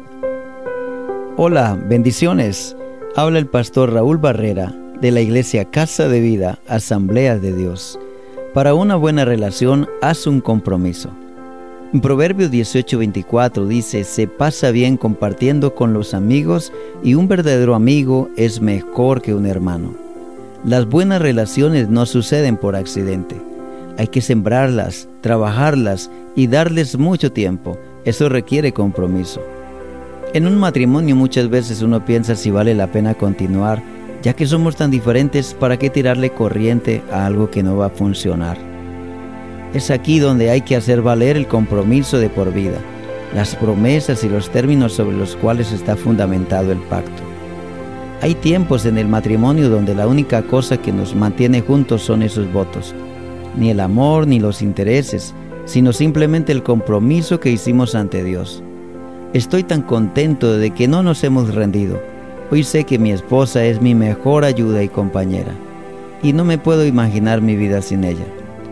Hola, bendiciones. Habla el pastor Raúl Barrera de la Iglesia Casa de Vida, Asamblea de Dios. Para una buena relación, haz un compromiso. En Proverbios 18:24 dice: se pasa bien compartiendo con los amigos y un verdadero amigo es mejor que un hermano. Las buenas relaciones no suceden por accidente. Hay que sembrarlas, trabajarlas y darles mucho tiempo. Eso requiere compromiso. En un matrimonio muchas veces uno piensa si vale la pena continuar, ya que somos tan diferentes, ¿para qué tirarle corriente a algo que no va a funcionar? Es aquí donde hay que hacer valer el compromiso de por vida, las promesas y los términos sobre los cuales está fundamentado el pacto. Hay tiempos en el matrimonio donde la única cosa que nos mantiene juntos son esos votos. Ni el amor ni los intereses, sino simplemente el compromiso que hicimos ante Dios. Estoy tan contento de que no nos hemos rendido. Hoy sé que mi esposa es mi mejor ayuda y compañera, y no me puedo imaginar mi vida sin ella.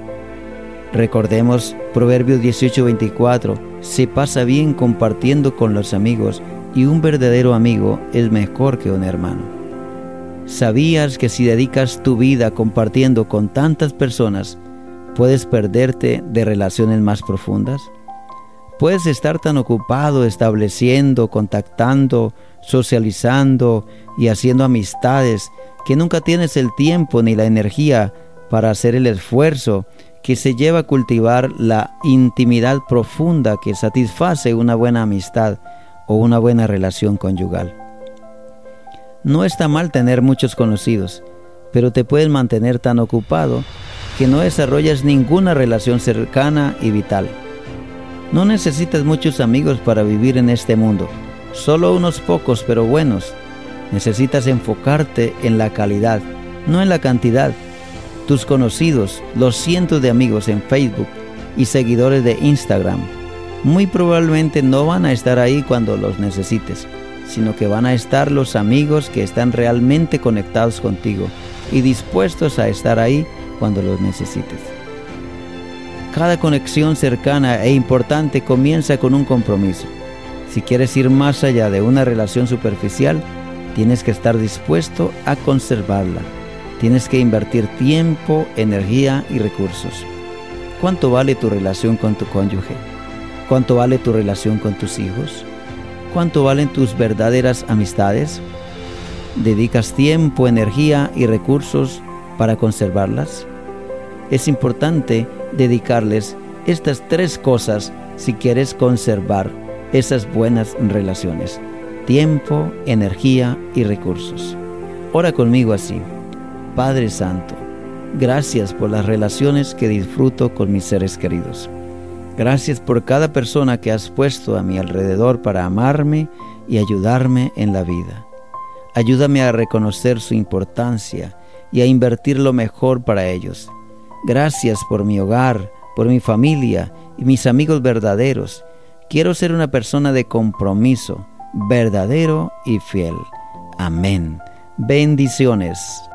Recordemos Proverbios 18:24, se pasa bien compartiendo con los amigos, y un verdadero amigo es mejor que un hermano. ¿Sabías que si dedicas tu vida compartiendo con tantas personas, puedes perderte de relaciones más profundas? Puedes estar tan ocupado estableciendo, contactando, socializando y haciendo amistades que nunca tienes el tiempo ni la energía para hacer el esfuerzo que se lleva a cultivar la intimidad profunda que satisface una buena amistad o una buena relación conyugal. No está mal tener muchos conocidos, pero te puedes mantener tan ocupado que no desarrollas ninguna relación cercana y vital. No necesitas muchos amigos para vivir en este mundo, solo unos pocos pero buenos. Necesitas enfocarte en la calidad, no en la cantidad. Tus conocidos, los cientos de amigos en Facebook y seguidores de Instagram, muy probablemente no van a estar ahí cuando los necesites, sino que van a estar los amigos que están realmente conectados contigo y dispuestos a estar ahí cuando los necesites. Cada conexión cercana e importante comienza con un compromiso. Si quieres ir más allá de una relación superficial, tienes que estar dispuesto a conservarla. Tienes que invertir tiempo, energía y recursos. ¿Cuánto vale tu relación con tu cónyuge? ¿Cuánto vale tu relación con tus hijos? ¿Cuánto valen tus verdaderas amistades? ¿Dedicas tiempo, energía y recursos para conservarlas? Es importante dedicarles estas 3 cosas si quieres conservar esas buenas relaciones: tiempo, energía y recursos. Ora conmigo así: Padre Santo, gracias por las relaciones que disfruto con mis seres queridos. Gracias por cada persona que has puesto a mi alrededor para amarme y ayudarme en la vida. Ayúdame a reconocer su importancia y a invertir lo mejor para ellos. Gracias por mi hogar, por mi familia y mis amigos verdaderos. Quiero ser una persona de compromiso, verdadero y fiel. Amén. Bendiciones.